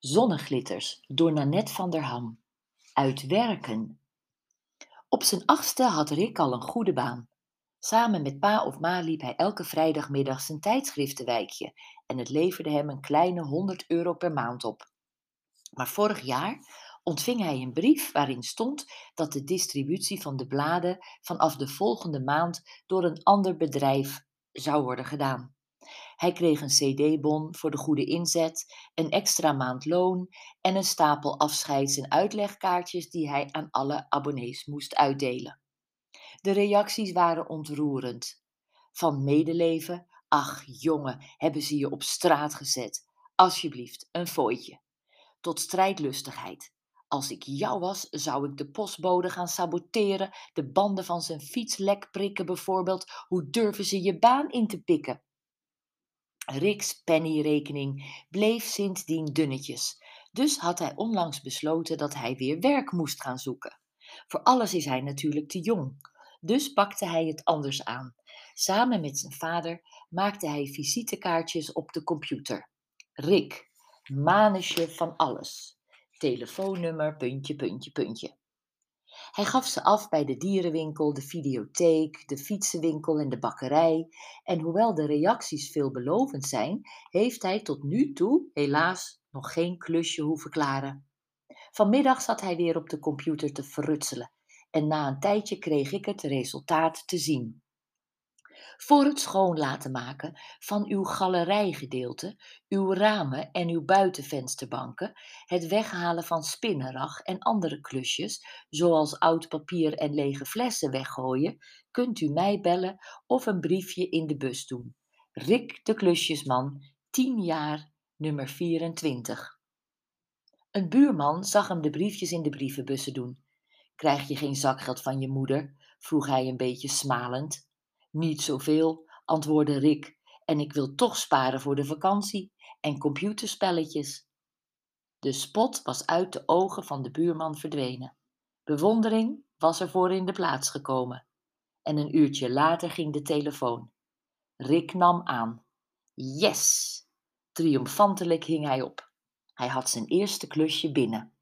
Zonneglitters door Nanette van der Ham. Uitwerken. Op zijn 8e had Rick al een goede baan. Samen met pa of ma liep hij elke vrijdagmiddag zijn tijdschriftenwijkje en het leverde hem een kleine 100 € per maand op. Maar vorig jaar ontving hij een brief waarin stond dat de distributie van de bladen vanaf de volgende maand door een ander bedrijf zou worden gedaan. Hij kreeg een CD-bon voor de goede inzet, een extra maand loon en een stapel afscheids- en uitlegkaartjes die hij aan alle abonnees moest uitdelen. De reacties waren ontroerend. Van medeleven, ach jongen, hebben ze je op straat gezet. Alsjeblieft, een fooitje. Tot strijdlustigheid. Als ik jou was, zou ik de postbode gaan saboteren, de banden van zijn fiets lek prikken bijvoorbeeld. Hoe durven ze je baan in te pikken? Rick's pennyrekening bleef sindsdien dunnetjes, dus had hij onlangs besloten dat hij weer werk moest gaan zoeken. Voor alles is hij natuurlijk te jong, dus pakte hij het anders aan. Samen met zijn vader maakte hij visitekaartjes op de computer. Rick, manusje van alles. Telefoonnummer, puntje, puntje, puntje. Hij gaf ze af bij de dierenwinkel, de videotheek, de fietsenwinkel en de bakkerij. En hoewel de reacties veelbelovend zijn, heeft hij tot nu toe helaas nog geen klusje hoeven klaren. Vanmiddag zat hij weer op de computer te verrutselen en na een tijdje kreeg ik het resultaat te zien. Voor het schoon laten maken van uw galerijgedeelte, uw ramen en uw buitenvensterbanken, het weghalen van spinnenrag en andere klusjes, zoals oud papier en lege flessen weggooien, kunt u mij bellen of een briefje in de bus doen. Rick de klusjesman, 10 jaar, nummer 24. Een buurman zag hem de briefjes in de brievenbussen doen. Krijg je geen zakgeld van je moeder? Vroeg hij een beetje smalend. Niet zoveel, antwoordde Rick, en ik wil toch sparen voor de vakantie en computerspelletjes. De spot was uit de ogen van de buurman verdwenen. Bewondering was ervoor in de plaats gekomen. En een uurtje later ging de telefoon. Rick nam aan. Yes! Triomfantelijk hing hij op. Hij had zijn eerste klusje binnen.